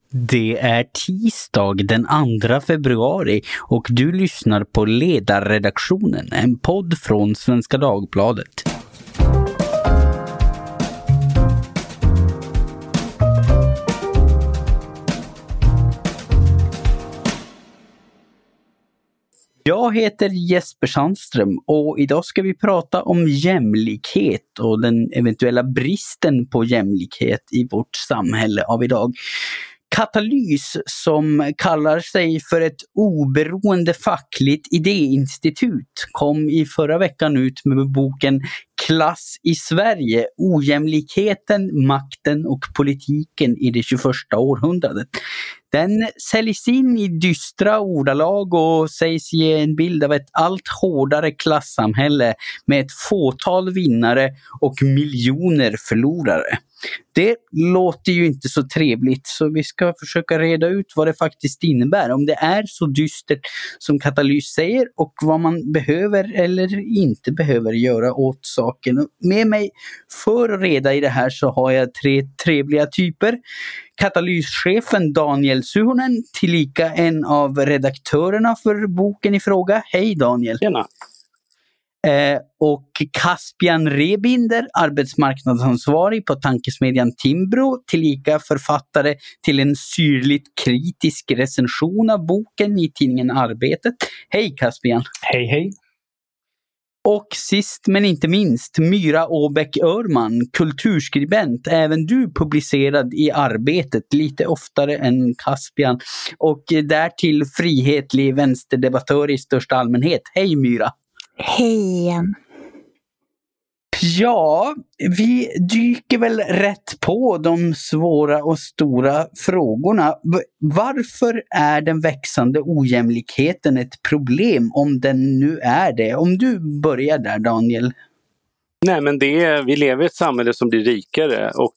Det är tisdag den 2 februari och du lyssnar på Ledarredaktionen, en podd från Svenska Dagbladet. Jag heter Jesper Sandström och idag ska vi prata om jämlikhet och den eventuella bristen på jämlikhet i vårt samhälle av idag. Katalys, som kallar sig för ett oberoende fackligt idéinstitut, kom i förra veckan ut med boken Klass i Sverige, ojämlikheten, makten och politiken i det 21 århundradet. Den säljs in i dystra ordalag och sägs ge en bild av ett allt hårdare klassamhälle med ett fåtal vinnare och miljoner förlorare. Det låter ju inte så trevligt, så vi ska försöka reda ut vad det faktiskt innebär, om det är så dystert som Katalys säger och vad man behöver eller inte behöver göra åt saken. Med mig för att reda i det här så har jag 3 trevliga typer. Katalyschefen Daniel Suhonen, tillika en av redaktörerna för boken i fråga. Hej Daniel! Tjena! Och Caspian Rebinder, arbetsmarknadsansvarig på tankesmedjan Timbro, tillika författare till en syrligt kritisk recension av boken i tidningen Arbetet. Hej Caspian! Hej hej! Och sist men inte minst, Myra Åbäck-Örman, kulturskribent, även du publicerad i Arbetet lite oftare än Caspian, och därtill frihetlig vänsterdebattör i största allmänhet. Hej Myra! Hej igen! Ja, vi dyker väl rätt på de svåra och stora frågorna. Varför är den växande ojämlikheten ett problem, om den nu är det? Om du börjar där, Daniel. Nej, men vi lever i ett samhälle som blir rikare och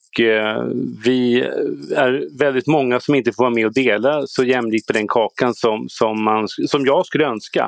vi är väldigt många som inte får vara med och dela så jämlikt på den kakan som jag skulle önska.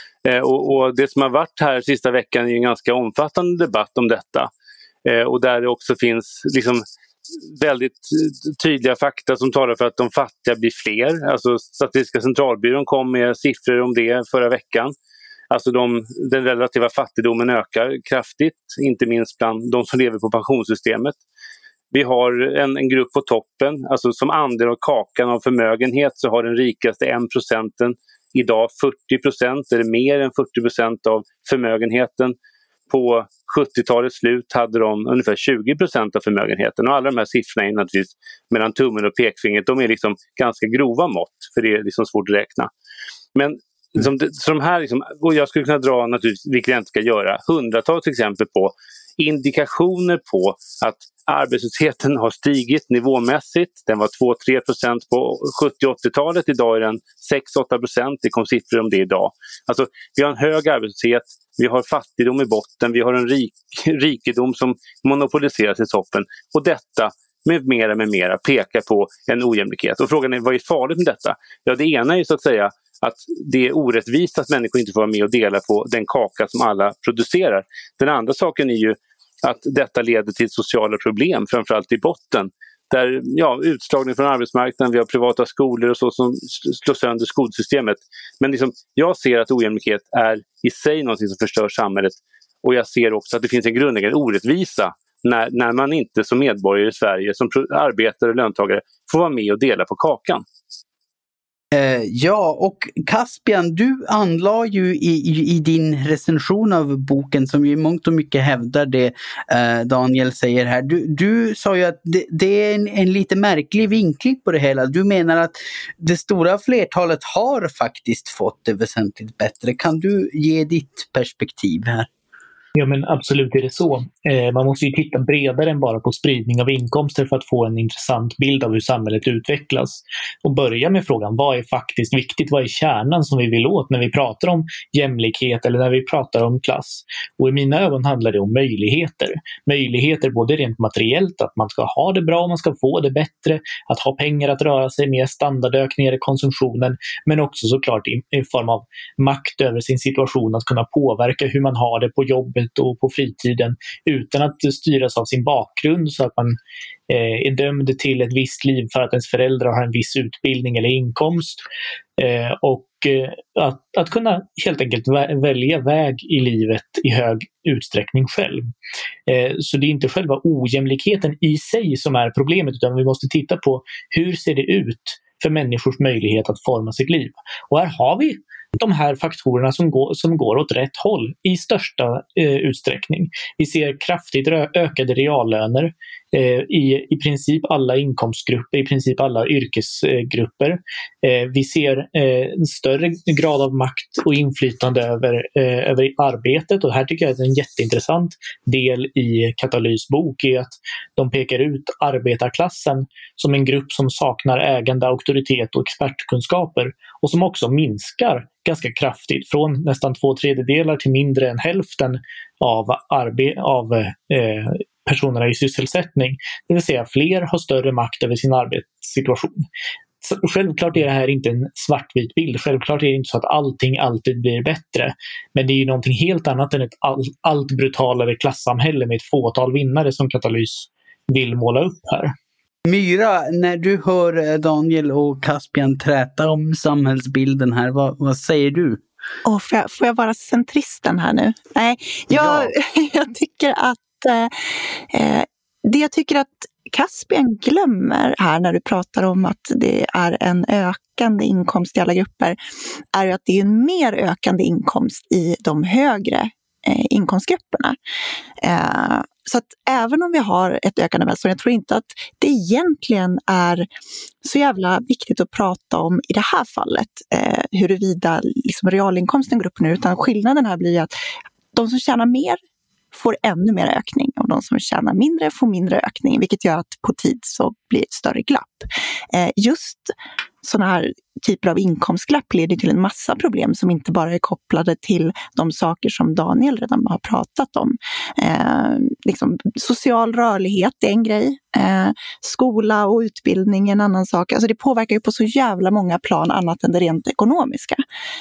Och det som har varit här sista veckan är en ganska omfattande debatt om detta. Och där det också finns liksom väldigt tydliga fakta som talar för att de fattiga blir fler. Alltså Statistiska centralbyrån kom med siffror om det förra veckan. Alltså den relativa fattigdomen ökar kraftigt, inte minst bland de som lever på pensionssystemet. Vi har en grupp på toppen, alltså som andel av kakan av förmögenhet så har den rikaste 1% idag 40% eller mer än 40% av förmögenheten. På 70-talets slut hade de ungefär 20% av förmögenheten. Och alla de här siffrorna är naturligtvis mellan tummen och pekfingret. De är liksom ganska grova mått, för det är liksom svårt att räkna. Men så de här och jag skulle kunna dra, naturligtvis, vilket jag inte ska göra, hundratals exempel på indikationer på att arbetslösheten har stigit nivåmässigt. Den var 2-3% på 70-80-talet. Idag är den 6-8%. Det kom siffror om det idag. Alltså, vi har en hög arbetslöshet. Vi har fattigdom i botten. Vi har en rikedom som monopoliseras i toppen. Och detta med mera pekar på en ojämlikhet. Och frågan är, vad är farligt med detta? Ja, det ena är så att säga att det är orättvist att människor inte får vara med och dela på den kaka som alla producerar. Den andra saken är ju att detta leder till sociala problem, framförallt i botten. Där, utslagning från arbetsmarknaden, vi har privata skolor och så som slår sönder skolsystemet. Men jag ser att ojämlikhet är i sig något som förstör samhället. Och jag ser också att det finns en grundläggande orättvisa när man inte som medborgare i Sverige, som arbetare och löntagare, får vara med och dela på kakan. Ja, och Caspian, du anlade ju i din recension av boken, som ju i mångt och mycket hävdar det Daniel säger här. Du sa ju att det är en lite märklig vinkling på det hela. Du menar att det stora flertalet har faktiskt fått det väsentligt bättre. Kan du ge ditt perspektiv här? Ja, men absolut är det så. Man måste ju titta bredare än bara på spridning av inkomster för att få en intressant bild av hur samhället utvecklas. Och börja med frågan, vad är faktiskt viktigt? Vad är kärnan som vi vill åt när vi pratar om jämlikhet eller när vi pratar om klass? Och i mina ögon handlar det om möjligheter. Möjligheter både rent materiellt, att man ska ha det bra, man ska få det bättre, att ha pengar att röra sig med, standardökningar i konsumtionen, men också såklart i form av makt över sin situation, att kunna påverka hur man har det på jobbet och på fritiden utan att styras av sin bakgrund, så att man är dömd till ett visst liv för att ens föräldrar har en viss utbildning eller inkomst. Och att kunna helt enkelt välja väg i livet i hög utsträckning själv. Så det är inte själva ojämlikheten i sig som är problemet, utan vi måste titta på hur ser det ut för människors möjlighet att forma sitt liv. Och här har vi de här faktorerna som går åt rätt håll i största utsträckning. Vi ser kraftigt ökade reallöner i princip alla inkomstgrupper, i princip alla yrkesgrupper. Vi ser en större grad av makt och inflytande över arbetet, och här tycker jag att en jätteintressant del i Katalys bok är att de pekar ut arbetarklassen som en grupp som saknar ägande, auktoritet och expertkunskaper, och som också minskar ganska kraftigt från nästan 2/3 till mindre än hälften av personerna i sysselsättning. Det vill säga fler har större makt över sin arbetssituation. Så självklart är det här inte en svartvit bild. Självklart är det inte så att allting alltid blir bättre. Men det är ju någonting helt annat än ett allt brutalare klassamhälle med ett fåtal vinnare som Katalys vill måla upp här. Myra, när du hör Daniel och Caspian träta om samhällsbilden här, vad säger du? Får jag vara centristen här nu? Nej, jag tycker att det jag tycker att Caspian glömmer här när du pratar om att det är en ökande inkomst i alla grupper, är att det är en mer ökande inkomst i de högre inkomstgrupperna. Så att även om vi har ett ökande välstånd, jag tror inte att det egentligen är så jävla viktigt att prata om i det här fallet huruvida liksom realinkomsten går upp nu, utan skillnaden här blir att de som tjänar mer får ännu mer ökning och de som tjänar mindre får mindre ökning, vilket gör att på tid så blir ett större glapp. Just sådana här typer av inkomstglapp leder till en massa problem som inte bara är kopplade till de saker som Daniel redan har pratat om. Liksom, social rörlighet är en grej, skola och utbildning är en annan sak. Alltså det påverkar ju på så jävla många plan annat än det rent ekonomiska.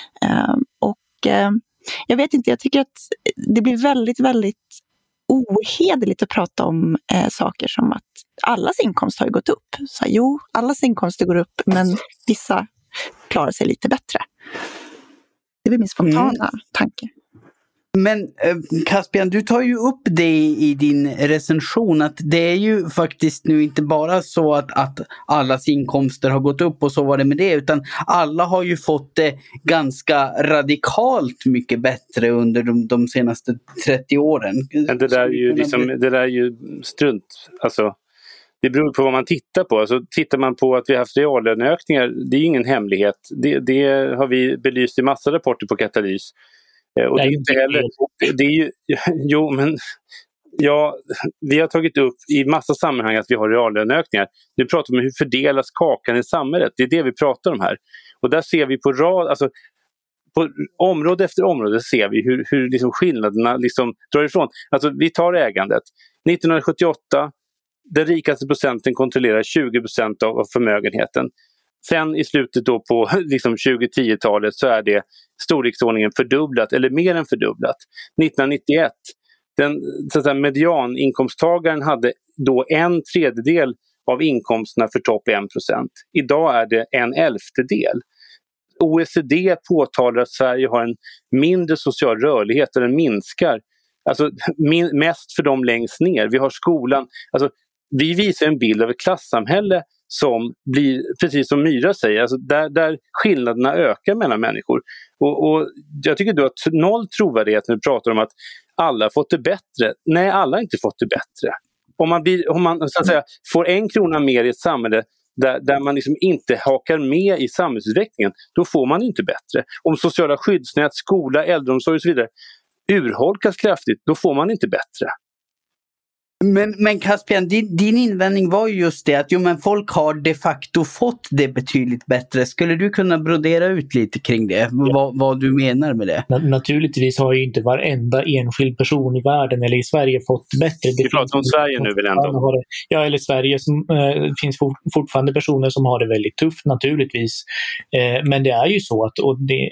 Jag vet inte, jag tycker att det blir väldigt, väldigt ohederligt att prata om saker som att allas inkomst har ju gått upp. Så jo, allas inkomster går upp, men vissa klarar sig lite bättre. Det blir min spontana tanke. Men Caspian, du tar ju upp det i din recension att det är ju faktiskt nu inte bara så att allas inkomster har gått upp och så var det med det, utan alla har ju fått det ganska radikalt mycket bättre under de senaste 30 åren. Men det där är ju strunt. Alltså, det beror på vad man tittar på. Alltså, tittar man på att vi har haft reallöneökningar, det är ju ingen hemlighet. Det har vi belyst i massa rapporter på Katalys. Och det är inte heller, det är ju, jo men ja, vi har tagit upp i massa sammanhang att vi har reallöneökningar. Nu pratar vi om hur fördelas kakan i samhället. Det är det vi pratar om här. Och där ser vi på område efter område ser vi hur liksom skillnaderna liksom drar ifrån. Alltså vi tar ägandet. 1978, den rikaste procenten kontrollerar 20% av förmögenheten. Sen i slutet då på liksom 2010-talet så är det storleksordningen fördubblat eller mer än fördubblat. 1991, den medianinkomsttagaren hade då 1/3 av inkomsterna för topp 1%. Idag är det 1/11. OECD påtalar att Sverige har en mindre social rörlighet och den minskar. Alltså mest för dem längst ner. Vi har skolan. Alltså, vi visar en bild av ett klassamhälle som blir, precis som Myra säger, alltså där skillnaderna ökar mellan människor. Och jag tycker du har noll trovärdighet när du pratar om att alla har fått det bättre. Nej, alla har inte fått det bättre. Om man så att säga, får 1 krona mer i ett samhälle där man liksom inte hakar med i samhällsutvecklingen, då får man inte bättre. Om sociala skyddsnät, skola, äldreomsorg och så vidare urholkas kraftigt, då får man inte bättre. Men Caspian, din invändning var ju just det att men folk har de facto fått det betydligt bättre. Skulle du kunna brodera ut lite kring det? Ja. Vad du menar med det? Naturligtvis har ju inte varenda enskild person i världen eller i Sverige fått bättre. Vi pratar om Sverige nu väl ändå? Ja, eller Sverige som finns fortfarande personer som har det väldigt tufft naturligtvis. Men det är ju så att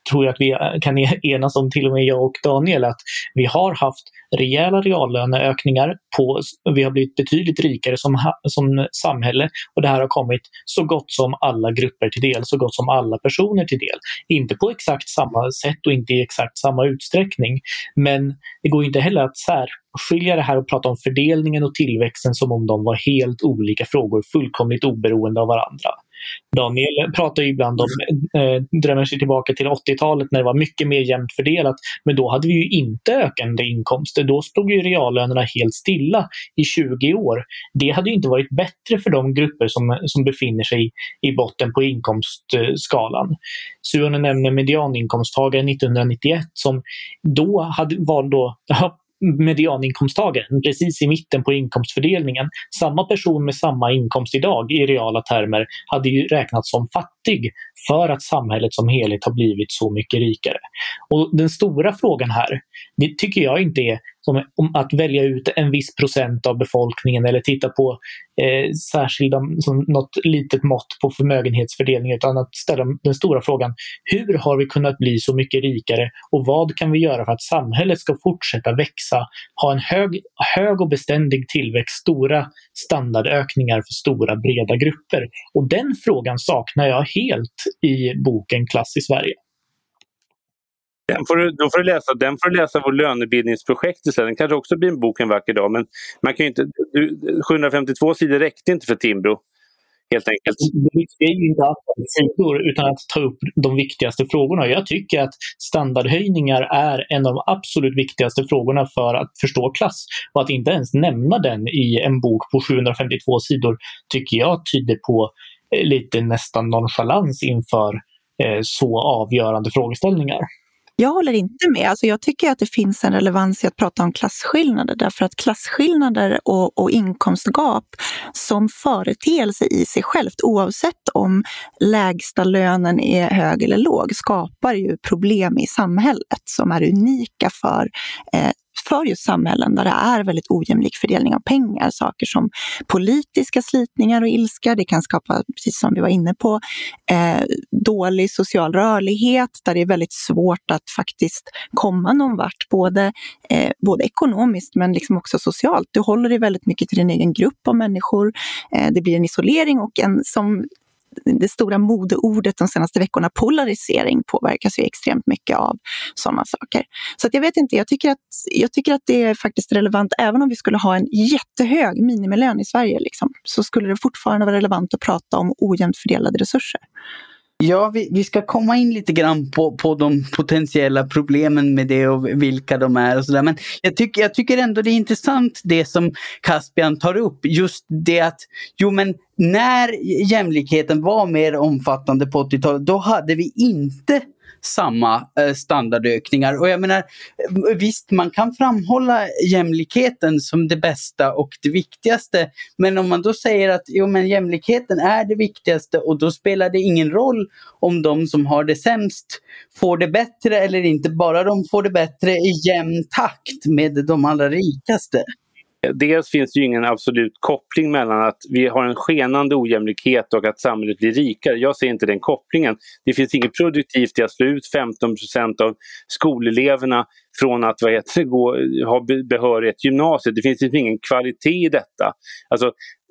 tror jag att vi kan enas om, till och med jag och Daniel, att vi har haft rejäla reallöneökningar vi har blivit betydligt rikare som samhälle, och det här har kommit så gott som alla grupper till del, så gott som alla personer till del. Inte på exakt samma sätt och inte i exakt samma utsträckning, men det går inte heller att särskilja det här och prata om fördelningen och tillväxten som om de var helt olika frågor, fullkomligt oberoende av varandra. Daniel pratar ju ibland om, drömmer sig tillbaka till 80-talet när det var mycket mer jämnt fördelat, men då hade vi ju inte ökande inkomster. Då stod ju reallönerna helt stilla i 20 år. Det hade ju inte varit bättre för de grupper som befinner sig i botten på inkomstskalan. Suhonen nämner medianinkomsttagare 1991 som var medianinkomsttagaren precis i mitten på inkomstfördelningen. Samma person med samma inkomst idag i reala termer hade ju räknats som fattig för att samhället som helhet har blivit så mycket rikare. Och den stora frågan här, det tycker jag inte är som att välja ut en viss procent av befolkningen eller titta på särskilda, som något litet mått på förmögenhetsfördelning, utan att ställa den stora frågan: hur har vi kunnat bli så mycket rikare och vad kan vi göra för att samhället ska fortsätta växa, ha en hög och beständig tillväxt, stora standardökningar för stora breda grupper? Och den frågan saknar jag helt i boken Klass i Sverige. Den får du läsa vår lönebildningsprojekt istället. Den kanske också blir en bok en vacker dag, men man kan ju inte, 752 sidor räckte inte för Timbro, helt enkelt. Det viktiga är ju inte antalet sidor utan att ta upp de viktigaste frågorna. Jag tycker att standardhöjningar är en av de absolut viktigaste frågorna för att förstå klass, och att inte ens nämna den i en bok på 752 sidor tycker jag tyder på lite nästan nonchalans inför så avgörande frågeställningar. Jag håller inte med. Alltså jag tycker att det finns en relevans i att prata om klasskillnader, därför att klasskillnader och inkomstgap som företeelse i sig självt, oavsett om lägsta lönen är hög eller låg, skapar ju problem i samhället som är unika för just samhällen där det är väldigt ojämlik fördelning av pengar. Saker som politiska slitningar och ilska, det kan skapa, precis som vi var inne på, dålig social rörlighet där det är väldigt svårt att faktiskt komma någon vart, både ekonomiskt men liksom också socialt. Du håller dig väldigt mycket till din egen grupp av människor. Det blir en isolering och som det stora modeordet de senaste veckorna, polarisering, påverkas ju extremt mycket av sådana saker. Så att jag vet inte, jag tycker att det är faktiskt relevant, även om vi skulle ha en jättehög minimilön i Sverige liksom, så skulle det fortfarande vara relevant att prata om ojämnt fördelade resurser. Ja, vi ska komma in lite grann på de potentiella problemen med det och vilka de är och sådär. Men jag tycker ändå det är intressant det som Caspian tar upp. Just det att, när jämlikheten var mer omfattande på 80-talet, då hade vi inte samma standardökningar. Och jag menar, visst, man kan framhålla jämlikheten som det bästa och det viktigaste, men om man då säger att jämlikheten är det viktigaste, och då spelar det ingen roll om de som har det sämst får det bättre eller inte, bara de får det bättre i jämn takt med de allra rikaste. Dels finns det ju ingen absolut koppling mellan att vi har en skenande ojämlikhet och att samhället blir rikare. Jag ser inte den kopplingen. Det finns inget produktivt i att slå ut 15% av skoleleverna från att ha behörighet till gymnasiet. Det finns ingen kvalitet i detta. Alltså,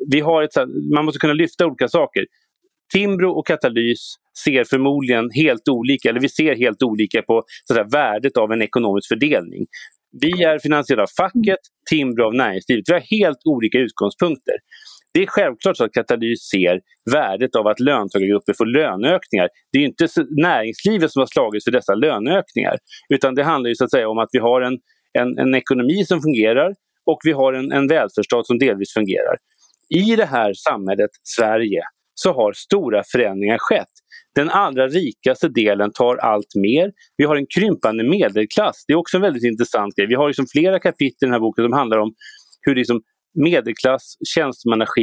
man måste kunna lyfta olika saker. Timbro och Katalys ser förmodligen helt olika, eller vi ser helt olika på värdet av en ekonomisk fördelning. Vi är finansierade av facket, Timbro av näringslivet. Vi har helt olika utgångspunkter. Det är självklart så att Katalys ser värdet av att löntagargrupper får löneökningar. Det är ju inte näringslivet som har slagits för dessa löneökningar, utan det handlar ju så att säga om att vi har en ekonomi som fungerar och vi har en välfärdsstat som delvis fungerar. I det här samhället, Sverige, så har stora förändringar skett. Den allra rikaste delen tar allt mer. Vi har en krympande medelklass. Det är också en väldigt intressant grej. Vi har flera kapitel i den här boken som handlar om hur medelklass, tjänstemannaskikt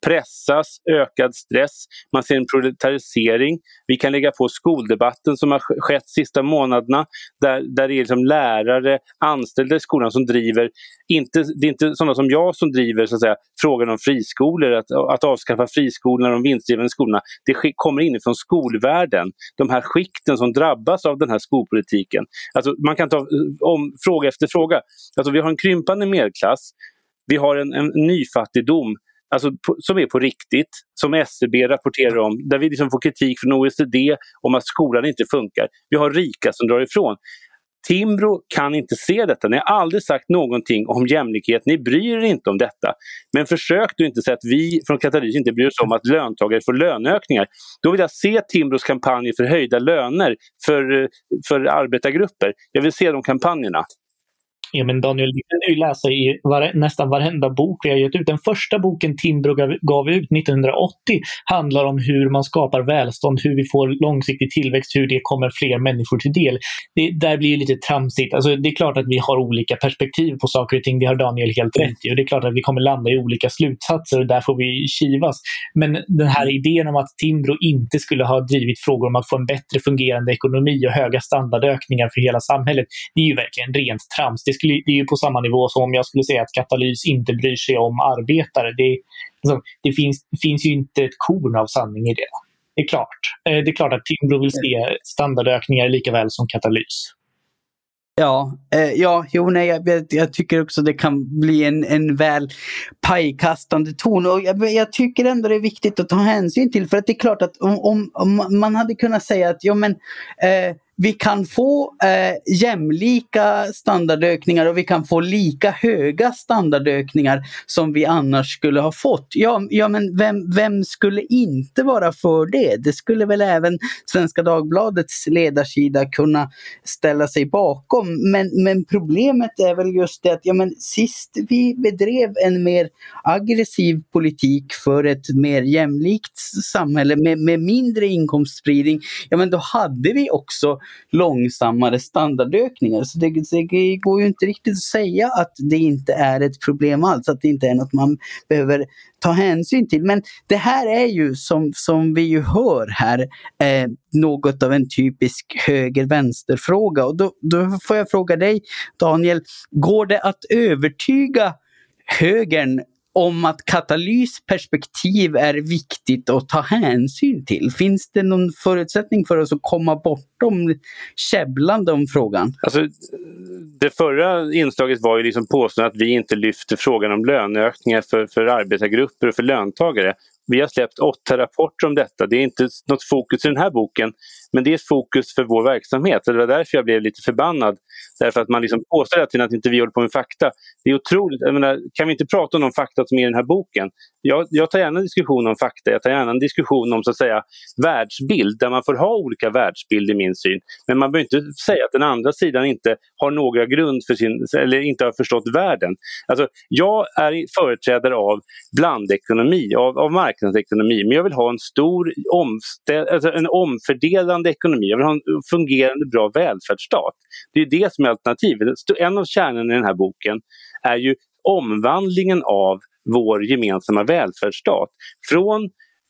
pressas, ökad stress, man ser en proletarisering. Vi kan lägga på skoldebatten som har skett sista månaderna där det är liksom lärare, anställda i skolan som driver, det är inte sådana som jag som driver så att säga, frågan om friskolor, att avskaffa friskolorna och de vinstdrivande skolorna. Det kommer inifrån skolvärlden, de här skikten som drabbas av den här skolpolitiken. Alltså man kan ta om fråga efter fråga. Alltså vi har en krympande medelklass, vi har en nyfattigdom, alltså som är på riktigt, som SCB rapporterar om, där vi liksom får kritik från OECD om att skolan inte funkar. Vi har rika som drar ifrån. Timbro kan inte se detta. Ni har aldrig sagt någonting om jämlikhet. Ni bryr er inte om detta. Men försök du inte säga att vi från Katalys inte bryr oss om att löntagare får löneökningar. Då vill jag se Timbros kampanjer för höjda löner för arbetargrupper. Jag vill se de kampanjerna. Ja, men Daniel, det kan du ju läsa i nästan varenda bok vi har gett ut. Den första boken Timbro gav ut 1980 handlar om hur man skapar välstånd, hur vi får långsiktig tillväxt, hur det kommer fler människor till del. Det där blir ju lite tramsigt. Alltså, det är klart att vi har olika perspektiv på saker och ting, det har Daniel helt rätt i. Och det är klart att vi kommer landa i olika slutsatser och där får vi kivas. Men den här idén om att Timbro inte skulle ha drivit frågor om att få en bättre fungerande ekonomi och höga standardökningar för hela samhället, det är ju verkligen rent trams. Det är ju på samma nivå som om jag skulle säga att Katalys inte bryr sig om arbetare. Det finns ju inte ett korn av sanning i det. Det är klart. Det är klart att Timbro vill se standardökningar lika väl som Katalys. Jag tycker också det kan bli en väl pajkastande ton, och jag tycker ändå det är viktigt att ta hänsyn till, för att det är klart att om man hade kunnat säga att vi kan få jämlika standardökningar och vi kan få lika höga standardökningar som vi annars skulle ha fått. Men vem skulle inte vara för det? Det skulle väl även Svenska Dagbladets ledarsida kunna ställa sig bakom. Men problemet är väl just det att sist vi bedrev en mer aggressiv politik för ett mer jämlikt samhälle med mindre inkomstspridning, då hade vi också långsammare standardökningar. Så det går ju inte riktigt att säga att det inte är ett problem alls, att det inte är något man behöver ta hänsyn till. Men det här är ju som vi ju hör här något av en typisk höger-vänster-fråga. Och då får jag fråga dig, Daniel, går det att övertyga högern om att Katalys perspektiv är viktigt att ta hänsyn till? Finns det någon förutsättning för oss att komma bortom käbblande om frågan? Alltså, det förra inslaget var ju liksom påstående att vi inte lyfter frågan om löneökningar för arbetargrupper och för löntagare. Vi har släppt 8 rapporter om detta. Det är inte något fokus i den här boken, men det är ett fokus för vår verksamhet. Det var därför jag blev lite förbannad. Därför att man liksom påstår att inte vi håller på med fakta. Det är otroligt. Jag menar, kan vi inte prata om de fakta som är i den här boken? Jag tar gärna en diskussion om fakta. Jag tar gärna en diskussion om så att säga världsbild, där man får ha olika världsbild i min syn. Men man behöver inte säga att den andra sidan inte har några grund för eller inte har förstått världen. Alltså, jag är företrädare av blandekonomi, av marknadsekonomi, men jag vill ha en stor en omfördelande ekonomi. Jag vill ha en fungerande bra välfärdsstat. Det är det som är alternativet. En av kärnorna i den här boken är ju omvandlingen av vår gemensamma välfärdsstat från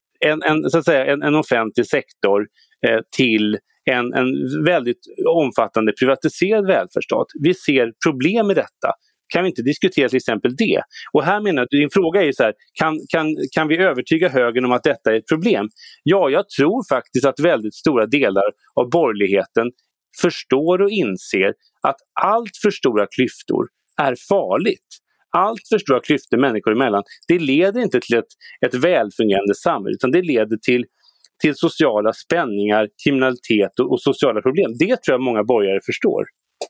en offentlig sektor till en väldigt omfattande privatiserad välfärdsstat. Vi ser problem med detta. Kan vi inte diskutera till exempel det? Och här menar jag att din fråga är så här, kan vi övertyga högern om att detta är ett problem? Ja, jag tror faktiskt att väldigt stora delar av borgerligheten förstår och inser att allt för stora klyftor är farligt. Allt för stora klyftor människor emellan, det leder inte till ett välfungerande samhälle, utan det leder till sociala spänningar, kriminalitet och sociala problem. Det tror jag många borgare förstår.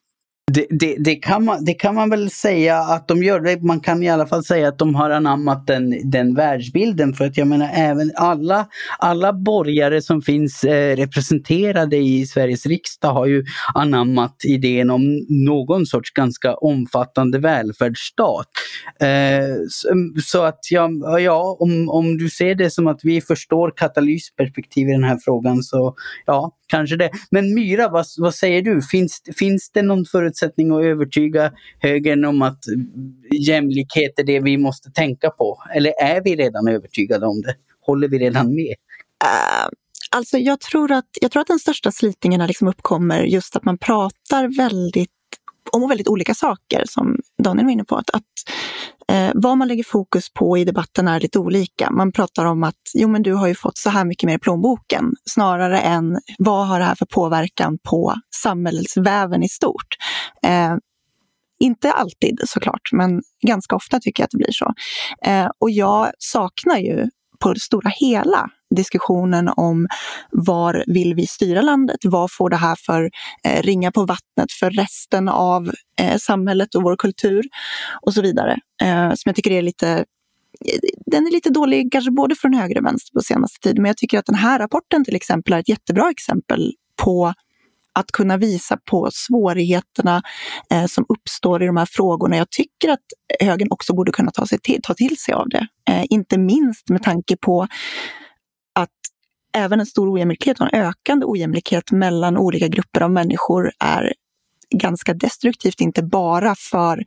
Det kan man väl säga att de gör. Det. Man kan i alla fall säga att de har anammat den världsbilden, för att jag menar även alla borgare som finns representerade i Sveriges riksdag har ju anammat idén om någon sorts ganska omfattande välfärdsstat. Så att om du ser det som att vi förstår Katalys perspektiv i den här frågan, så ja, kanske det. Men Myra, vad säger du? Finns det någon förutsättning målsättning att övertyga högern om att jämlikhet är det vi måste tänka på? Eller är vi redan övertygade om det? Håller vi redan med? Alltså jag tror att den största slitningen liksom uppkommer just att man pratar om väldigt olika saker, som Daniel var inne på. Att vad man lägger fokus på i debatten är lite olika. Man pratar om att men du har ju fått så här mycket mer i plånboken, snarare än vad har det här för påverkan på samhällsväven i stort. Inte alltid såklart, men ganska ofta tycker jag att det blir så. Och jag saknar ju på det stora hela diskussionen om var vill vi styra landet? Vad får det här för ringa på vattnet för resten av samhället och vår kultur och så vidare. Som jag tycker den är lite dålig, kanske både från höger och vänster på senaste tid. Men jag tycker att den här rapporten till exempel är ett jättebra exempel på att kunna visa på svårigheterna som uppstår i de här frågorna. Jag tycker att högern också borde kunna ta till sig av det. Inte minst med tanke på att även en stor ojämlikhet och en ökande ojämlikhet mellan olika grupper av människor är ganska destruktivt, inte bara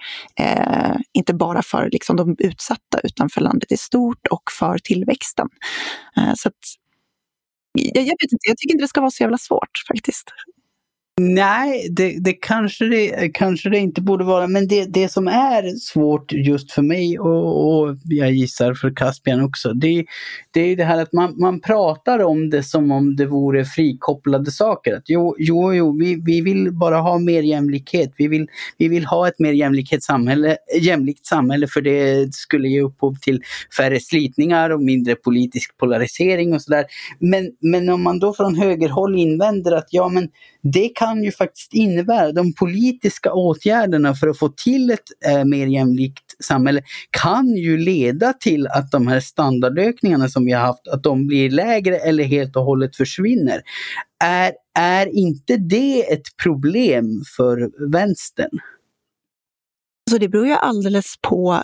för liksom de utsatta, utan för landet i stort och för tillväxten. Så att, jag vet inte, jag tycker inte det ska vara så jävla svårt faktiskt. Nej, det kanske det inte borde vara, men det som är svårt just för mig och jag gissar för Caspian också, det är det här att man pratar om det som om det vore frikopplade saker. Att vi vill bara ha mer jämlikhet, vi vill ha ett mer jämlikt samhälle för det skulle ge upphov till färre slitningar och mindre politisk polarisering och sådär. Men om man då från högerhåll invänder att det kan ju faktiskt innebära de politiska åtgärderna för att få till ett mer jämlikt samhälle kan ju leda till att de här standardökningarna som vi har haft, att de blir lägre eller helt och hållet försvinner. Är inte det ett problem för vänstern? Så det beror ju alldeles på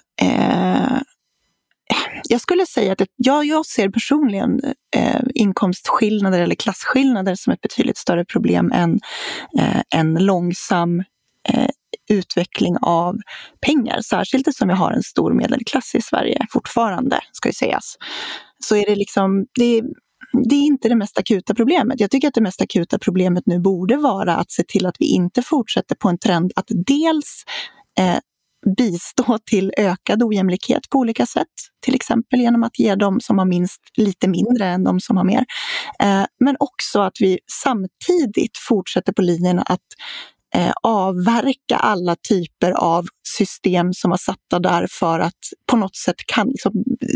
jag skulle säga att jag ser personligen inkomstskillnader eller klasskillnader som ett betydligt större problem än en långsam utveckling av pengar. Särskilt som vi har en stor medelklass i Sverige fortfarande, ska ju sägas. Så är det liksom, det är inte det mest akuta problemet. Jag tycker att det mest akuta problemet nu borde vara att se till att vi inte fortsätter på en trend att dels bistå till ökad ojämlikhet på olika sätt. Till exempel genom att ge dem som har minst lite mindre än de som har mer. Men också att vi samtidigt fortsätter på linjen att avverka alla typer av system som var satta där för att på något sätt kan liksom,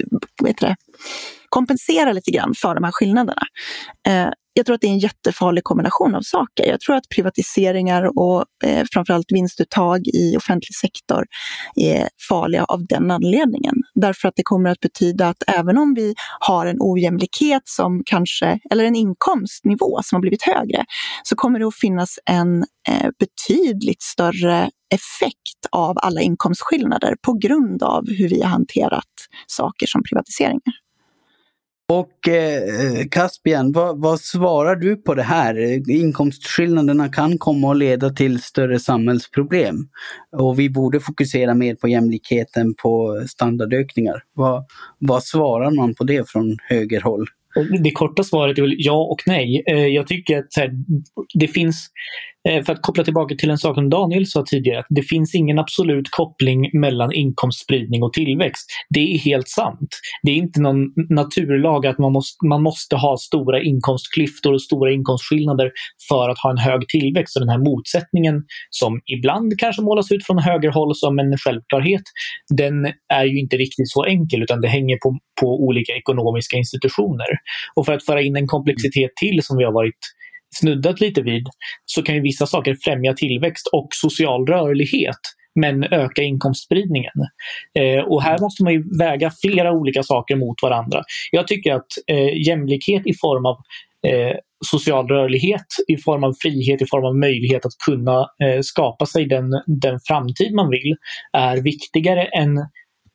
kompensera lite grann för de här skillnaderna. Jag tror att det är en jättefarlig kombination av saker. Jag tror att privatiseringar och framförallt vinstuttag i offentlig sektor är farliga av den anledningen. Därför att det kommer att betyda att även om vi har en ojämlikhet som kanske, eller en inkomstnivå som har blivit högre, så kommer det att finnas en betydligt större effekt av alla inkomstskillnader på grund av hur vi har hanterat saker som privatiseringar. Och Caspian, vad svarar du på det här? Inkomstskillnaderna kan komma att leda till större samhällsproblem och vi borde fokusera mer på jämlikheten på standardökningar. Vad svarar man på det från högerhåll? Det korta svaret är väl ja och nej. Jag tycker att det finns, för att koppla tillbaka till en sak som Daniel sa tidigare, att det finns ingen absolut koppling mellan inkomstspridning och tillväxt. Det är helt sant. Det är inte någon naturlag att man måste ha stora inkomstklyftor och stora inkomstskillnader för att ha en hög tillväxt. Och den här motsättningen som ibland kanske målas ut från högerhåll som en självklarhet, den är ju inte riktigt så enkel, utan det hänger på olika ekonomiska institutioner. Och för att föra in en komplexitet till som vi har varit snuddat lite vid, så kan ju vissa saker främja tillväxt och social rörlighet men öka inkomstspridningen. Och här måste man ju väga flera olika saker mot varandra. Jag tycker att jämlikhet i form av social rörlighet, i form av frihet, i form av möjlighet att kunna skapa sig den framtid man vill, är viktigare än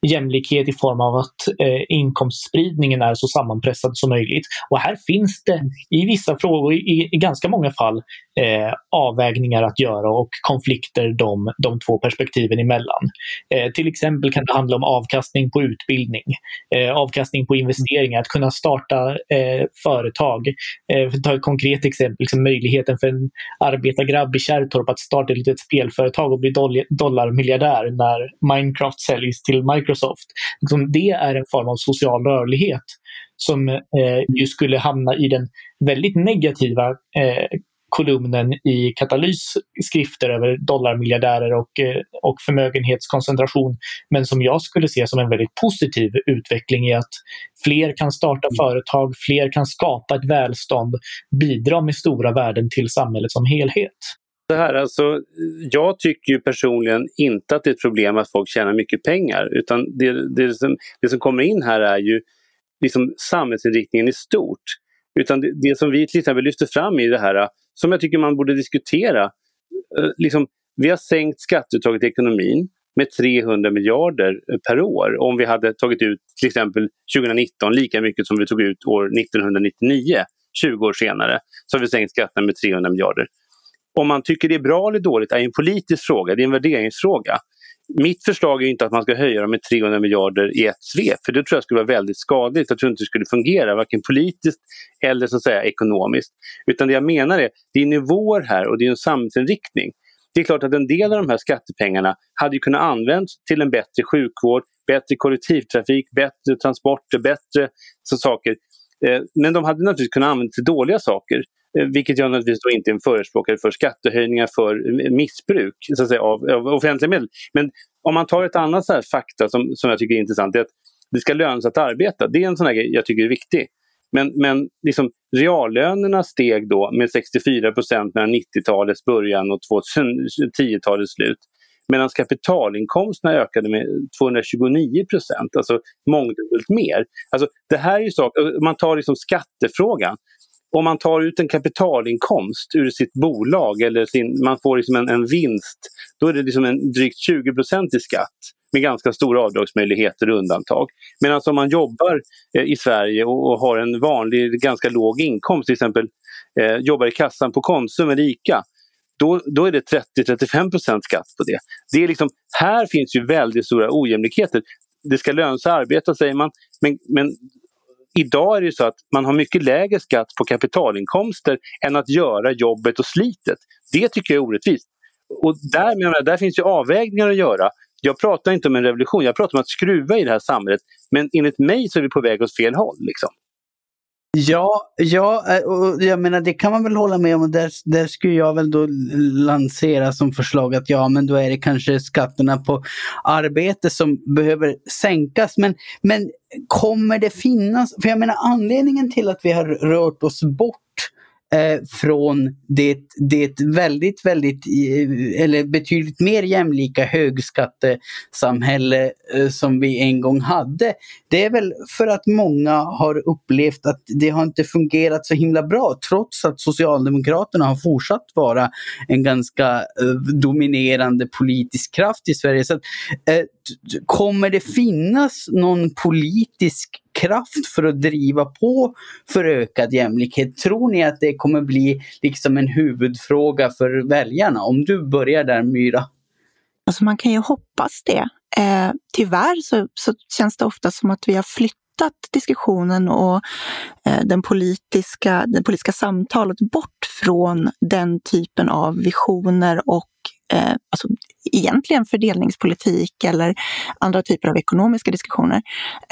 jämlikhet i form av att inkomstspridningen är så sammanpressad som möjligt. Och här finns det i vissa frågor, i ganska många fall, avvägningar att göra och konflikter de två perspektiven emellan. Till exempel kan det handla om avkastning på utbildning, avkastning på investeringar, att kunna starta företag. För att ta ett konkret exempel, liksom möjligheten för en arbetargrabb i Kärrtorp att starta ett litet spelföretag och bli dollarmiljardär när Minecraft säljs till Microsoft. Liksom det är en form av social rörlighet som ju skulle hamna i den väldigt negativa kolumnen i Katalys skrifter över dollarmiljardärer och förmögenhetskoncentration, men som jag skulle se som en väldigt positiv utveckling i att fler kan starta företag, fler kan skapa ett välstånd, bidra med stora värden till samhället som helhet. Det här, alltså, jag tycker ju personligen inte att det är ett problem att folk tjänar mycket pengar, utan det som kommer in här är ju liksom samhällsinriktningen i stort. Utan det som vi till exempel lyfter fram i det här, som jag tycker man borde diskutera, liksom, vi har sänkt skatteuttaget i ekonomin med 300 miljarder per år. Om vi hade tagit ut till exempel 2019 lika mycket som vi tog ut år 1999, 20 år senare, så har vi sänkt skatterna med 300 miljarder. Om man tycker det är bra eller dåligt är en politisk fråga, det är en värderingsfråga. Mitt förslag är inte att man ska höja dem med 300 miljarder i ett svep, för det tror jag skulle vara väldigt skadligt. Jag tror inte det skulle fungera varken politiskt eller så att säga ekonomiskt. Utan det jag menar är, det är nivåer här och det är en samhällsinriktning. Det är klart att en del av de här skattepengarna hade ju kunnat användas till en bättre sjukvård, bättre kollektivtrafik, bättre transporter, bättre så saker. Men de hade naturligtvis kunnat användas till dåliga saker. Vilket jag naturligtvis då inte är en förespråkare för skattehöjningar för missbruk så att säga, av offentliga medel. Men om man tar ett annat så här fakta som jag tycker är intressant, är att det ska löna sig att arbeta. Det är en sån här grej jag tycker är viktig. Men liksom, reallönerna steg då med 64% mellan 90-talets början och 2010-talets slut. Medan kapitalinkomsterna ökade med 229%, alltså mångdubbelt mer. Alltså, det här är ju sak, man tar liksom skattefrågan. Om man tar ut en kapitalinkomst ur sitt bolag eller man får liksom en vinst, då är det liksom en drygt 20% i skatt med ganska stora avdragsmöjligheter och undantag. Medan om man jobbar i Sverige och har en vanlig ganska låg inkomst, till exempel jobbar i kassan på Konsum eller ICA, då är det 30-35% skatt på det. Det är liksom, här finns ju väldigt stora ojämlikheter. Det ska löna sig att arbeta, säger man, men idag är det så att man har mycket lägre skatt på kapitalinkomster än att göra jobbet och slitet. Det tycker jag är orättvist. Och där finns ju avvägningar att göra. Jag pratar inte om en revolution, jag pratar om att skruva i det här samhället. Men enligt mig så är vi på väg åt fel håll liksom. Ja, och jag menar det kan man väl hålla med om, och där skulle jag väl då lansera som förslag att ja, men då är det kanske skatterna på arbete som behöver sänkas, men kommer det finnas, för jag menar anledningen till att vi har rört oss bort från det väldigt, väldigt eller betydligt mer jämlika högskattesamhälle som vi en gång hade. Det är väl för att många har upplevt att det har inte fungerat så himla bra, trots att Socialdemokraterna har fortsatt vara en ganska dominerande politisk kraft i Sverige. Så att, kommer det finnas någon politisk kraft för att driva på för ökad jämlikhet? Tror ni att det kommer bli liksom en huvudfråga för väljarna? Om du börjar där, Myra. Alltså man kan ju hoppas det. Tyvärr så känns det ofta som att vi har flyttat diskussionen och det politiska samtalet bort från den typen av visioner och alltså egentligen fördelningspolitik eller andra typer av ekonomiska diskussioner.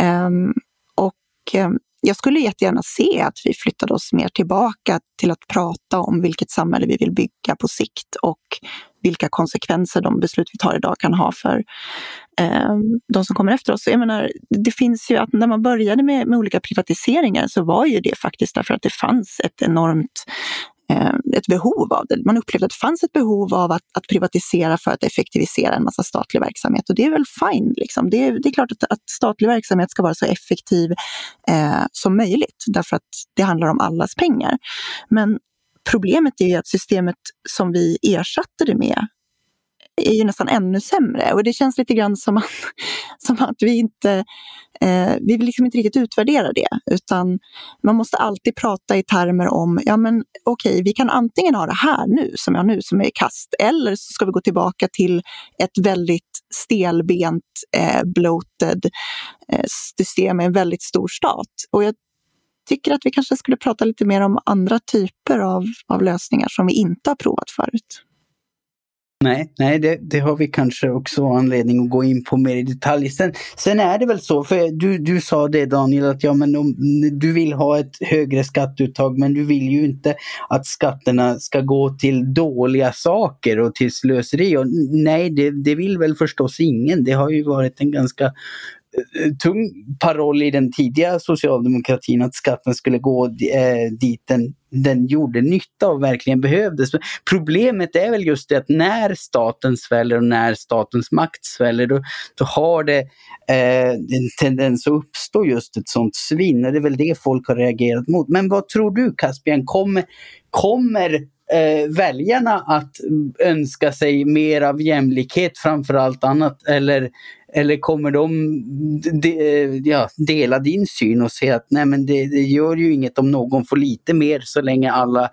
Jag skulle jättegärna se att vi flyttade oss mer tillbaka till att prata om vilket samhälle vi vill bygga på sikt och vilka konsekvenser de beslut vi tar idag kan ha för de som kommer efter oss. Jag menar, det finns ju att när man började med olika privatiseringar så var ju det faktiskt därför att det fanns ett enormt ett behov av det. Man upplevde att det fanns ett behov av att privatisera för att effektivisera en massa statlig verksamhet. Och det är väl fine. Liksom. Det är klart att statlig verksamhet ska vara så effektiv som möjligt. Därför att det handlar om allas pengar. Men problemet är att systemet som vi ersatte det med är ju nästan ännu sämre. Och det känns lite grann som att vi inte vi vill liksom inte riktigt utvärdera det, utan man måste alltid prata i termer om okej, vi kan antingen ha det här nu som är kast, eller så ska vi gå tillbaka till ett väldigt stelbent bloated system med en väldigt stor stat. Och jag tycker att vi kanske skulle prata lite mer om andra typer av lösningar som vi inte har provat förut. Nej, det har vi kanske också anledning att gå in på mer i detalj. Sen är det väl så, för du sa det, Daniel, att du vill ha ett högre skatteuttag, men du vill ju inte att skatterna ska gå till dåliga saker och till slöseri. Och nej, det vill väl förstås ingen. Det har ju varit en ganska tung paroll i den tidiga socialdemokratin att skatten skulle gå dit den gjorde nytta och verkligen behövdes. Problemet är väl just det att när staten sväller och när statens makt sväller, då har det en tendens att uppstå just ett sånt svinn, och det är väl det folk har reagerat mot. Men vad tror du, Caspian, kommer väljarna att önska sig mer av jämlikhet framför allt annat, eller kommer de dela din syn och säga att nej, men det gör ju inget om någon får lite mer så länge alla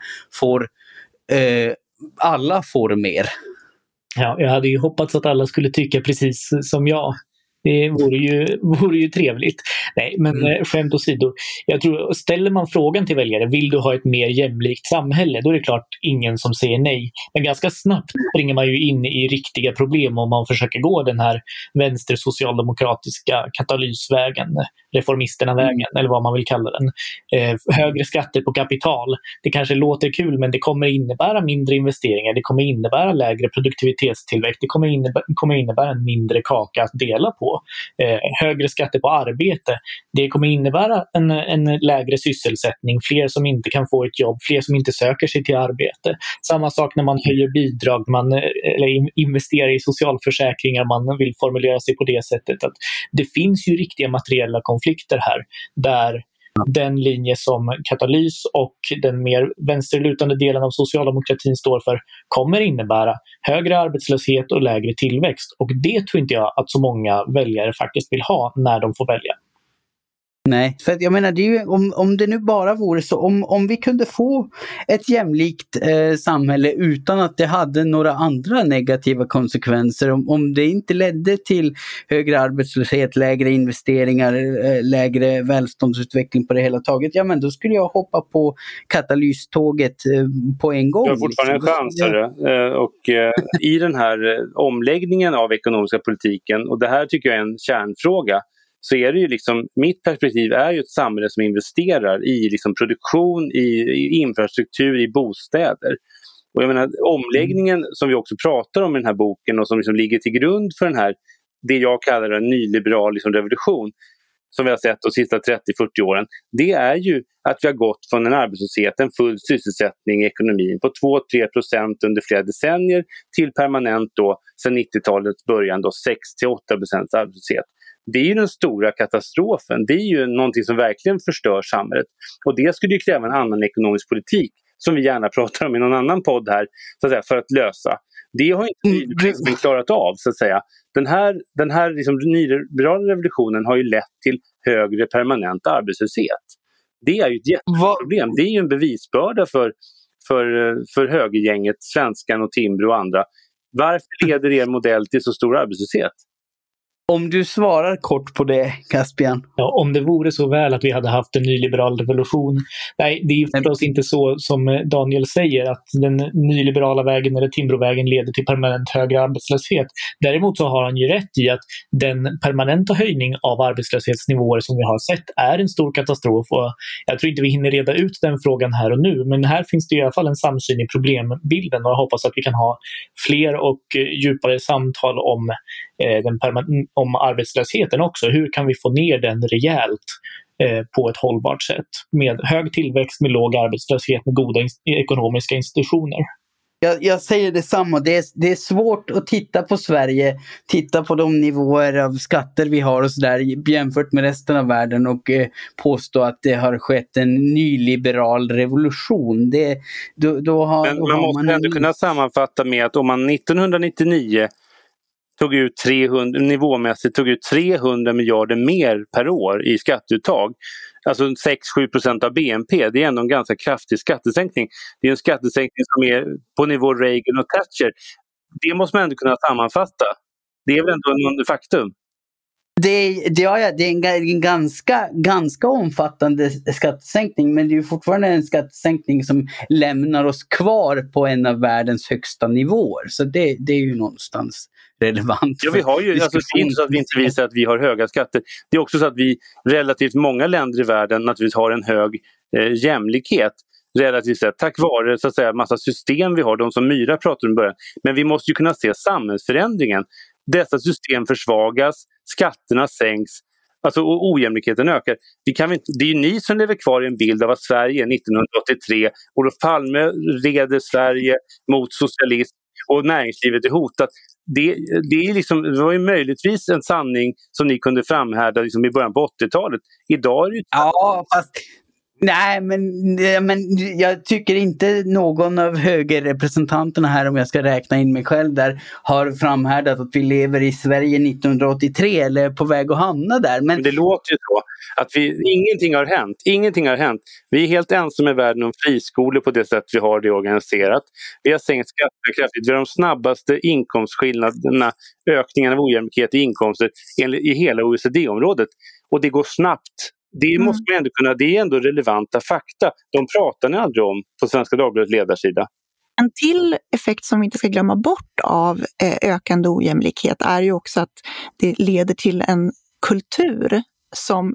får mer? Ja, jag hade ju hoppats att alla skulle tycka precis som jag. Det vore ju trevligt. Nej, men skämt åsido. Jag tror, ställer man frågan till väljare, vill du ha ett mer jämlikt samhälle? Då är det klart ingen som säger nej. Men ganska snabbt springer man ju in i riktiga problem om man försöker gå den här vänstersocialdemokratiska katalysvägen, reformisterna-vägen, eller vad man vill kalla den. Högre skatter på kapital. Det kanske låter kul, men det kommer innebära mindre investeringar. Det kommer innebära lägre produktivitetstillväxt. Det kommer innebära en mindre kaka att dela på. Högre skatter på arbete, det kommer innebära en lägre sysselsättning, fler som inte kan få ett jobb, fler som inte söker sig till arbete. Samma sak när man höjer bidrag, eller investerar i socialförsäkringar, man vill formulera sig på det sättet. Att det finns ju riktiga materiella konflikter här, där den linje som Katalys och den mer vänsterlutande delen av socialdemokratin står för kommer innebära högre arbetslöshet och lägre tillväxt. Och det tror inte jag att så många väljare faktiskt vill ha när de får välja. Nej, för jag menar, det är ju, om det nu bara vore så, om vi kunde få ett jämlikt samhälle utan att det hade några andra negativa konsekvenser, om det inte ledde till högre arbetslöshet, lägre investeringar, lägre välståndsutveckling på det hela taget, ja, men då skulle jag hoppa på katalyståget på en gång. Jag har fortfarande en chans, och i den här omläggningen av ekonomiska politiken, och det här tycker jag är en kärnfråga, så är det ju liksom, mitt perspektiv är ju ett samhälle som investerar i liksom produktion, i infrastruktur, i bostäder. Och jag menar, omläggningen som vi också pratar om i den här boken och som liksom ligger till grund för den här, det jag kallar en nyliberal liksom revolution, som vi har sett de sista 30-40 åren, det är ju att vi har gått från en arbetslöshet, en full sysselsättning i ekonomin på 2-3% under flera decennier till permanent då, sedan 90-talets början då 6-8% arbetslöshet. Det är ju den stora katastrofen. Det är ju någonting som verkligen förstör samhället. Och det skulle ju kräva en annan ekonomisk politik som vi gärna pratar om i någon annan podd här, så att säga, för att lösa. Det har inte klarat av, så att säga. Den här liksom nyliberala revolutionen har ju lett till högre permanent arbetslöshet. Det är ju ett jätteproblem. Det är ju en bevisbörda för högergänget, Svenskan och Timbro och andra. Varför leder er modell till så stor arbetslöshet? Om du svarar kort på det, Caspian. Ja, om det vore så väl att vi hade haft en nyliberal revolution. Nej, det är ju förstås inte så som Daniel säger, att den nyliberala vägen eller Timbrovägen leder till permanent högre arbetslöshet. Däremot så har han ju rätt i att den permanenta höjning av arbetslöshetsnivåer som vi har sett är en stor katastrof, och jag tror inte vi hinner reda ut den frågan här och nu, men här finns det i alla fall en samsyn i problembilden, och jag hoppas att vi kan ha fler och djupare samtal om om arbetslösheten också. Hur kan vi få ner den rejält på ett hållbart sätt med hög tillväxt, med låg arbetslöshet, med goda ekonomiska institutioner? Jag säger detsamma. Det är svårt att titta på Sverige, titta på de nivåer av skatter vi har och sådär jämfört med resten av världen och påstå att det har skett en nyliberal revolution. Men man måste ändå kunna sammanfatta med att om man 1999 nivåmässigt tog ut 300 miljarder mer per år i skatteuttag, alltså 6-7% av BNP, det är ändå en ganska kraftig skattesänkning. Det är en skattesänkning som är på nivå Reagan och Thatcher. Det måste man ändå kunna sammanfatta. Det är väl ändå en faktum. Det är en ganska omfattande skattesänkning, men det är ju fortfarande en skattesänkning som lämnar oss kvar på en av världens högsta nivåer. Så det är ju någonstans relevant. Ja, vi har ju, alltså, det är inte så att vi inte visar att vi har höga skatter. Det är också så att vi relativt många länder i världen naturligtvis har en hög jämlikhet relativt sett, tack vare så att säga massa system vi har, de som Myra pratade om i början. Men vi måste ju kunna se samhällsförändringen. Dessa system försvagas, skatterna sänks, alltså, och ojämlikheten ökar. Det är ju ni som lever kvar i en bild av att Sverige 1983, Olof Palme leder Sverige mot socialism och näringslivet är hotat. Det var ju möjligtvis en sanning som ni kunde framhärda liksom i början på 80-talet. Idag är det ju... Ja, fast... Nej, men jag tycker inte någon av högerrepresentanterna här, om jag ska räkna in mig själv där, har framhärdat att vi lever i Sverige 1983 eller är på väg att hamna där. Men det låter ju så att ingenting har hänt. Vi är helt ensamma i världen om friskolor på det sätt vi har det organiserat. Vi har sänkt skatterna kraftigt. Vi har de snabbaste inkomstskillnaderna, ökningen av ojämlikhet i inkomster i hela OECD-området. Och det går snabbt. Det måste man ändå kunna, det är ändå relevanta fakta. De pratar ni aldrig om på Svenska Dagbladets ledarsida. En till effekt som vi inte ska glömma bort av ökande ojämlikhet är ju också att det leder till en kultur som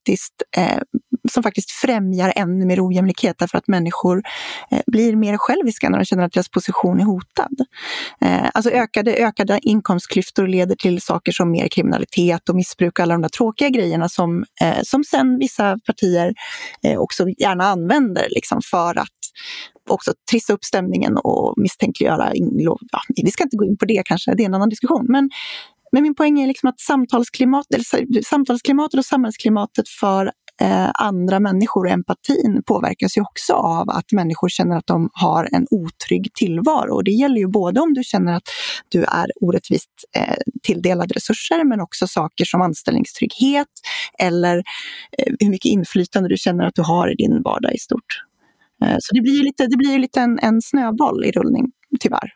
faktiskt främjar ännu mer ojämlikhet, därför att människor blir mer själviska när de känner att deras position är hotad. Alltså ökade inkomstklyftor leder till saker som mer kriminalitet och missbruk och alla de där tråkiga grejerna som sen vissa partier också gärna använder liksom för att också trissa upp stämningen och misstänkliggöra. Vi ska inte gå in på det kanske, det är en annan diskussion, men min poäng är liksom att samtalsklimatet och samhällsklimatet för andra människor och empatin påverkas ju också av att människor känner att de har en otrygg tillvaro. Och det gäller ju både om du känner att du är orättvist tilldelad resurser, men också saker som anställningstrygghet eller hur mycket inflytande du känner att du har i din vardag i stort. Så det blir ju lite en snöboll i rullning, tyvärr.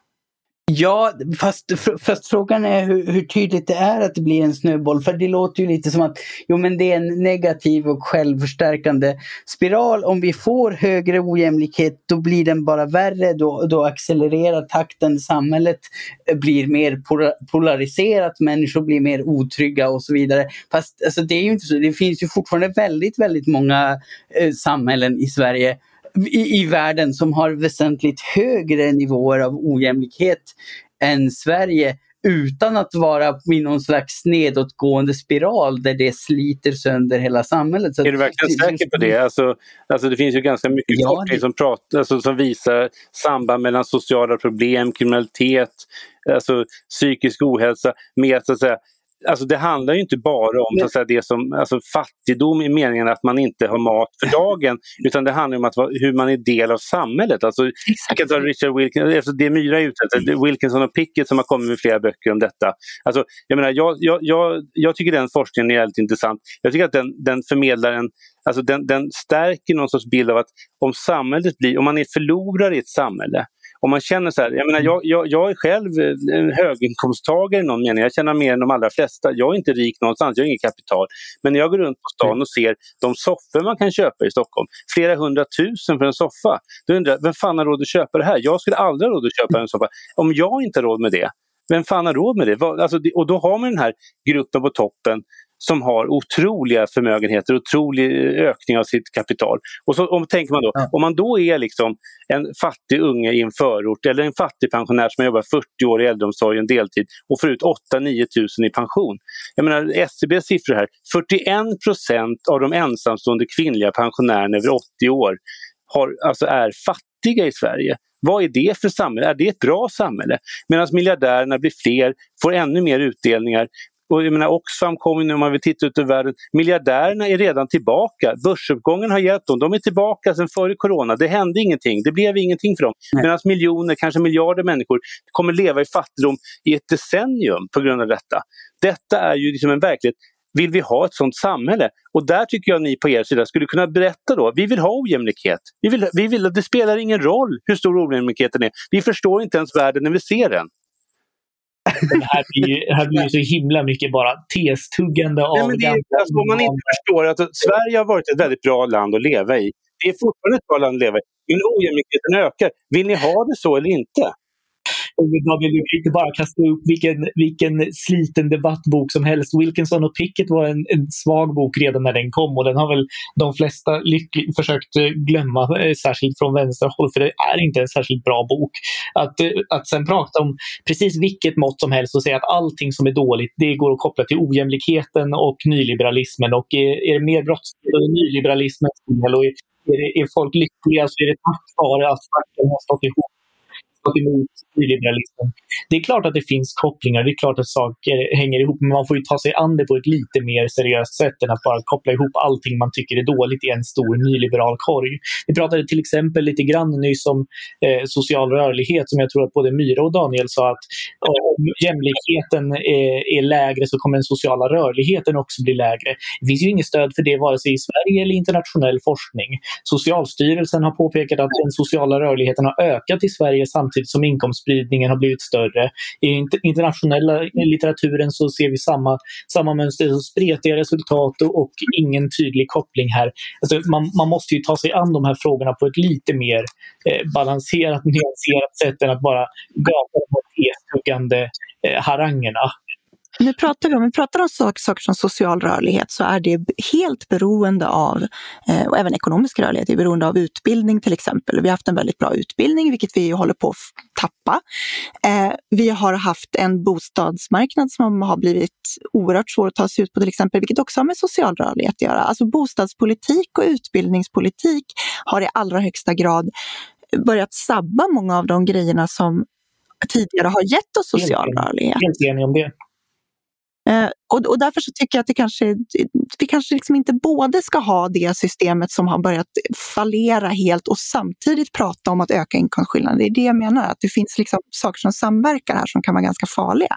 Ja, fast frågan är hur tydligt det är att det blir en snöboll. För det låter ju lite som att men det är en negativ och självförstärkande spiral. Om vi får högre ojämlikhet, då blir den bara värre. Då accelererar takten, samhället blir mer polariserat, människor blir mer otrygga och så vidare. Fast alltså, det är ju inte så. Det finns ju fortfarande väldigt, väldigt många samhällen i Sverige, i världen, som har väsentligt högre nivåer av ojämlikhet än Sverige, utan att vara i någon slags nedåtgående spiral där det sliter sönder hela samhället. Så är du verkligen säker på det? Alltså det finns ju ganska mycket forskning som visar samband mellan sociala problem, kriminalitet, alltså psykisk ohälsa med så att säga. Alltså det handlar ju inte bara om så att säga, det som, alltså fattigdom i meningen att man inte har mat för dagen, utan det handlar om hur man är del av samhället. Alltså, jag kan ta Richard Wilkinson, alltså det Myra utsett, Wilkinson och Pickett som har kommit med flera böcker om detta. Alltså, jag menar, jag tycker den forskningen är väldigt intressant. Jag tycker att den förmedlar den stärker någon sorts bild av att om man är förlorare i ett samhälle, om man känner så här, jag menar, jag är själv en höginkomsttagare i någon mening. Jag tjänar mer än de allra flesta. Jag är inte rik någonstans, jag har inget kapital. Men när jag går runt på stan och ser de soffor man kan köpa i Stockholm, flera 100 000 för en soffa, då undrar jag, vem fan har råd att köpa det här? Jag skulle aldrig ha råd att köpa en soffa. Om jag inte har råd med det, vem fan har råd med det? Och då har man den här gruppen på toppen som har otroliga förmögenheter, otrolig ökning av sitt kapital. Och så tänker man då, om man då är liksom en fattig unge i en förort eller en fattig pensionär som jobbar 40 år i äldreomsorgen deltid och får ut 8-9 tusen i pension. Jag menar, SCBs siffror här, 41% av de ensamstående kvinnliga pensionärerna över 80 år är fattiga i Sverige. Vad är det för samhälle? Är det ett bra samhälle? Medan miljardärerna blir fler, får ännu mer utdelningar. Och jag menar, Oxfam kommer nu, om man vill titta ut i världen. Miljardärerna är redan tillbaka. Börsuppgången har hjälpt dem. De är tillbaka sedan före corona. Det hände ingenting. Det blev ingenting för dem. Medan miljoner, kanske miljarder människor kommer leva i fattigdom i ett decennium på grund av detta. Detta är ju liksom en verklighet. Vill vi ha ett sådant samhälle? Och där tycker jag ni på er sida skulle kunna berätta då. Vi vill ha ojämlikhet. Vi vill, det spelar ingen roll hur stor ojämlikheten är. Vi förstår inte ens världen när vi ser den. Det här blir ju så himla mycket bara testuggande av... Om man inte förstår att Sverige har varit ett väldigt bra land att leva i. Det är fortfarande ett bra land att leva i. Men ojämlikheten ökar. Vill ni ha det så eller inte? Du kan inte bara kasta upp vilken sliten debattbok som helst. Wilkinson och Pickett var en svag bok redan när den kom, och den har väl de flesta försökt glömma, särskilt från vänsterhåll, för det är inte en särskilt bra bok. Att sen prata om precis vilket mått som helst och säga att allting som är dåligt, det går att koppla till ojämlikheten och nyliberalismen, och är det mer brottsligt och nyliberalismen, och är folk lyckliga så är det tack vare att facken har stått emot nyliberalismen. Det är klart att det finns kopplingar, det är klart att saker hänger ihop, men man får ju ta sig an det på ett lite mer seriöst sätt än att bara koppla ihop allting man tycker är dåligt i en stor nyliberal korg. Vi pratade till exempel lite grann nyss om social rörlighet, som jag tror att både Myra och Daniel sa, att om jämlikheten är lägre så kommer den sociala rörligheten också bli lägre. Det finns ju inget stöd för det vare sig i Sverige eller internationell forskning. Socialstyrelsen har påpekat att den sociala rörligheten har ökat i Sverige samtidigt som inkomstspridningen har blivit större. I internationella litteraturen så ser vi samma mönster, spretiga resultat och ingen tydlig koppling här. Alltså man måste ju ta sig an de här frågorna på ett lite mer balanserat, nyanserat sätt än att bara gapa de här testuggande harangerna. Nu pratar om saker som social rörlighet, så är det helt beroende av, och även ekonomisk rörlighet är beroende av utbildning till exempel. Vi har haft en väldigt bra utbildning, vilket vi håller på att tappa. Vi har haft en bostadsmarknad som har blivit oerhört svår att ta sig ut på till exempel, vilket också har med social rörlighet att göra. Alltså bostadspolitik och utbildningspolitik har i allra högsta grad börjat sabba många av de grejerna som tidigare har gett oss social rörlighet. Helt enig om det. Och därför så tycker jag att vi kanske liksom inte både ska ha det systemet som har börjat fallera helt och samtidigt prata om att öka inkomstskillnader. Det är det jag menar, att det finns liksom saker som samverkar här som kan vara ganska farliga.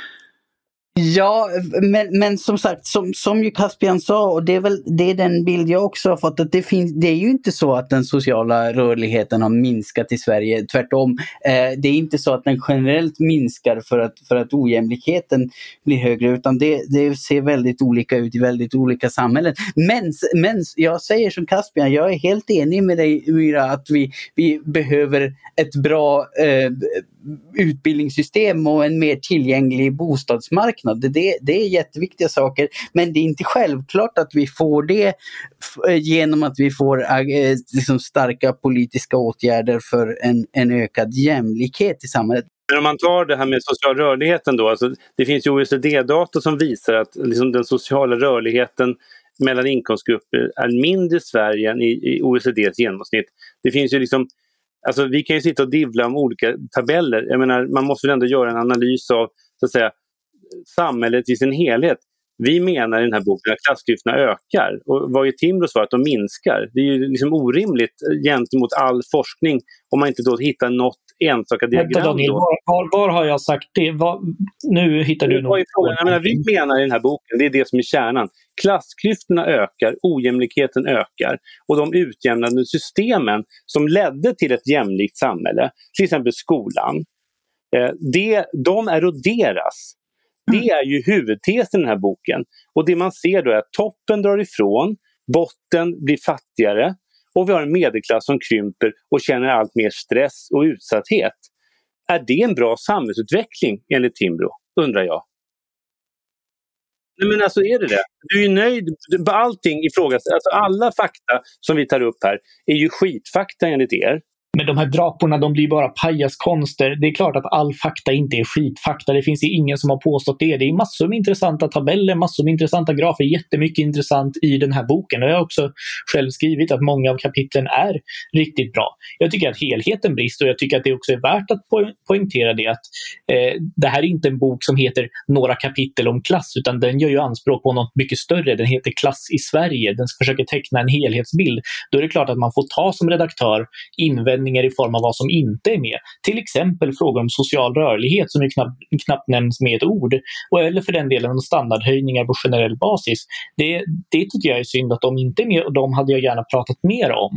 Ja, men som sagt, som ju Caspian sa, och det är den bild jag också har fått, att det är ju inte så att den sociala rörligheten har minskat i Sverige, tvärtom. Det är inte så att den generellt minskar för att ojämlikheten blir högre, utan det ser väldigt olika ut i väldigt olika samhällen. Men jag säger som Caspian, jag är helt enig med dig, Myra, att vi behöver ett bra utbildningssystem och en mer tillgänglig bostadsmarknad. Det är jätteviktiga saker, men det är inte självklart att vi får det genom att vi får liksom starka politiska åtgärder för en ökad jämlikhet i samhället. Men om man tar det här med social rörligheten då, alltså, det finns ju OECD-data som visar att liksom, den sociala rörligheten mellan inkomstgrupper är mindre i Sverige än i OECDs genomsnitt. Det finns ju liksom, alltså vi kan ju sitta och divla om olika tabeller. Jag menar, man måste väl ändå göra en analys av, så att säga, samhället i sin helhet. Vi menar i den här boken att klassklyftorna ökar. Och vad är Timbro svar? Att de minskar. Det är ju liksom orimligt gentemot all forskning om man inte då hittar något enstaka diagram. Daniel, var har jag sagt det? Nu hittar du nog. Vi menar i den här boken, det är det som är kärnan. Klassklyftorna ökar, ojämlikheten ökar. Och de utjämnande systemen som ledde till ett jämlikt samhälle, till exempel skolan, de eroderas. Det är ju huvudtesen i den här boken. Och det man ser då är att toppen drar ifrån, botten blir fattigare och vi har en medelklass som krymper och känner allt mer stress och utsatthet. Är det en bra samhällsutveckling enligt Timbro? Undrar jag. Nej, men alltså är det? Du är ju nöjd med allting ifrågasätts. Alltså alla fakta som vi tar upp här är ju skitfakta enligt er. Men de här draporna, de blir bara pajaskonster. Det är klart att all fakta inte är skitfakta. Det finns ingen som har påstått det. Det är massor med intressanta tabeller, massor med intressanta grafer, jättemycket intressant i den här boken. Och jag har också själv skrivit att många av kapitlen är riktigt bra. Jag tycker att helheten brister, och jag tycker att det också är värt att poängtera det att det här är inte en bok som heter några kapitel om klass, utan den gör ju anspråk på något mycket större. Den heter Klass i Sverige. Den försöker teckna en helhetsbild. Då är det klart att man får ta som redaktör invändningar i form av vad som inte är med. Till exempel frågor om social rörlighet som ju knappt nämns med ett ord. Eller för den delen om standardhöjningar på generell basis. Det tycker jag är synd att de inte är med, och de hade jag gärna pratat mer om.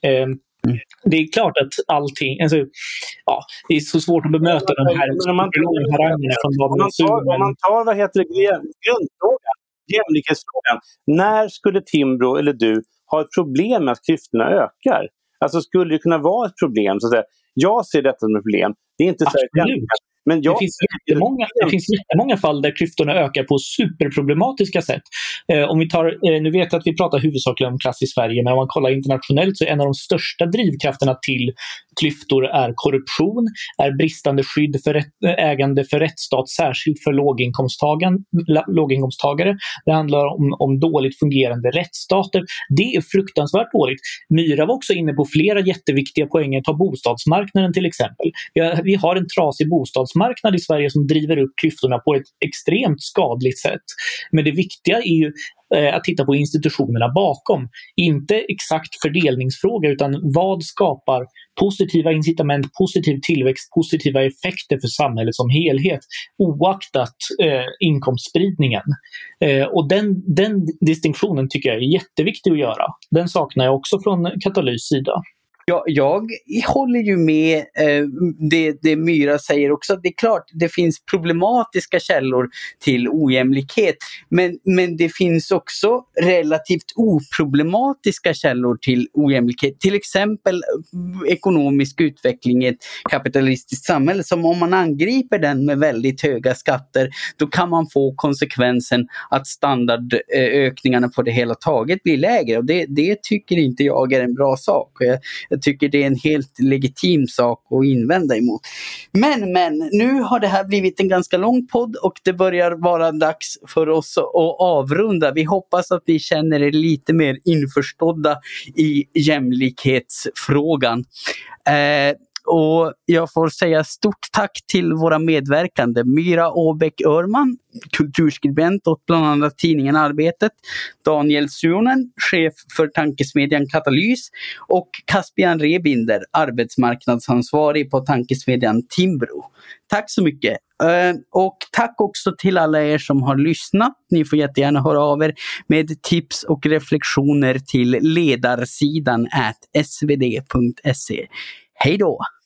Det är klart att allting, alltså, det är så svårt att bemöta den här harangerna från om man tar grundfrågan, jämlikhetsfrågan. När skulle Timbro eller du ha ett problem med att klyftorna ökar? Alltså skulle det kunna vara ett problem, så att säga. Jag ser detta som ett problem. Det är inte så men det finns jättemånga fall där klyftorna ökar på superproblematiska sätt. Om vi tar, nu vet jag att vi pratar huvudsakligen om klass i Sverige, men om man kollar internationellt så är en av de största drivkrafterna till klyftor är korruption, är bristande skydd för ägande för rättsstat, särskilt för låginkomsttagare. Det handlar om dåligt fungerande rättsstater. Det är fruktansvärt dåligt. Myra var också inne på flera jätteviktiga poänger. Ta bostadsmarknaden till exempel. Vi har en trasig bostadsmarknad i Sverige som driver upp klyftorna på ett extremt skadligt sätt. Men det viktiga är ju att titta på institutionerna bakom. Inte exakt fördelningsfråga, utan vad skapar positiva incitament, positiv tillväxt, positiva effekter för samhället som helhet, oaktat inkomstspridningen. Och den distinktionen tycker jag är jätteviktig att göra. Den saknar jag också från Katalys sida. Jag håller ju med det Myra säger också. Det är klart, det finns problematiska källor till ojämlikhet. Men det finns också relativt oproblematiska källor till ojämlikhet. Till exempel ekonomisk utveckling i ett kapitalistiskt samhälle. Som om man angriper den med väldigt höga skatter, då kan man få konsekvensen att standardökningarna på det hela taget blir lägre. Och det tycker inte jag är en bra sak. Jag tycker det är en helt legitim sak att invända emot. Men nu har det här blivit en ganska lång podd och det börjar vara dags för oss att avrunda. Vi hoppas att vi känner er lite mer införstådda i jämlikhetsfrågan. Och jag får säga stort tack till våra medverkande. Myra Åbäck-Örman, kulturskribent åt bland annat tidningen Arbetet. Daniel Suonen, chef för tankesmedjan Katalys. Och Caspian Rebinder, arbetsmarknadsansvarig på tankesmedjan Timbro. Tack så mycket. Och tack också till alla er som har lyssnat. Ni får jättegärna höra av er med tips och reflektioner till ledarsidan @svd.se. Hej då!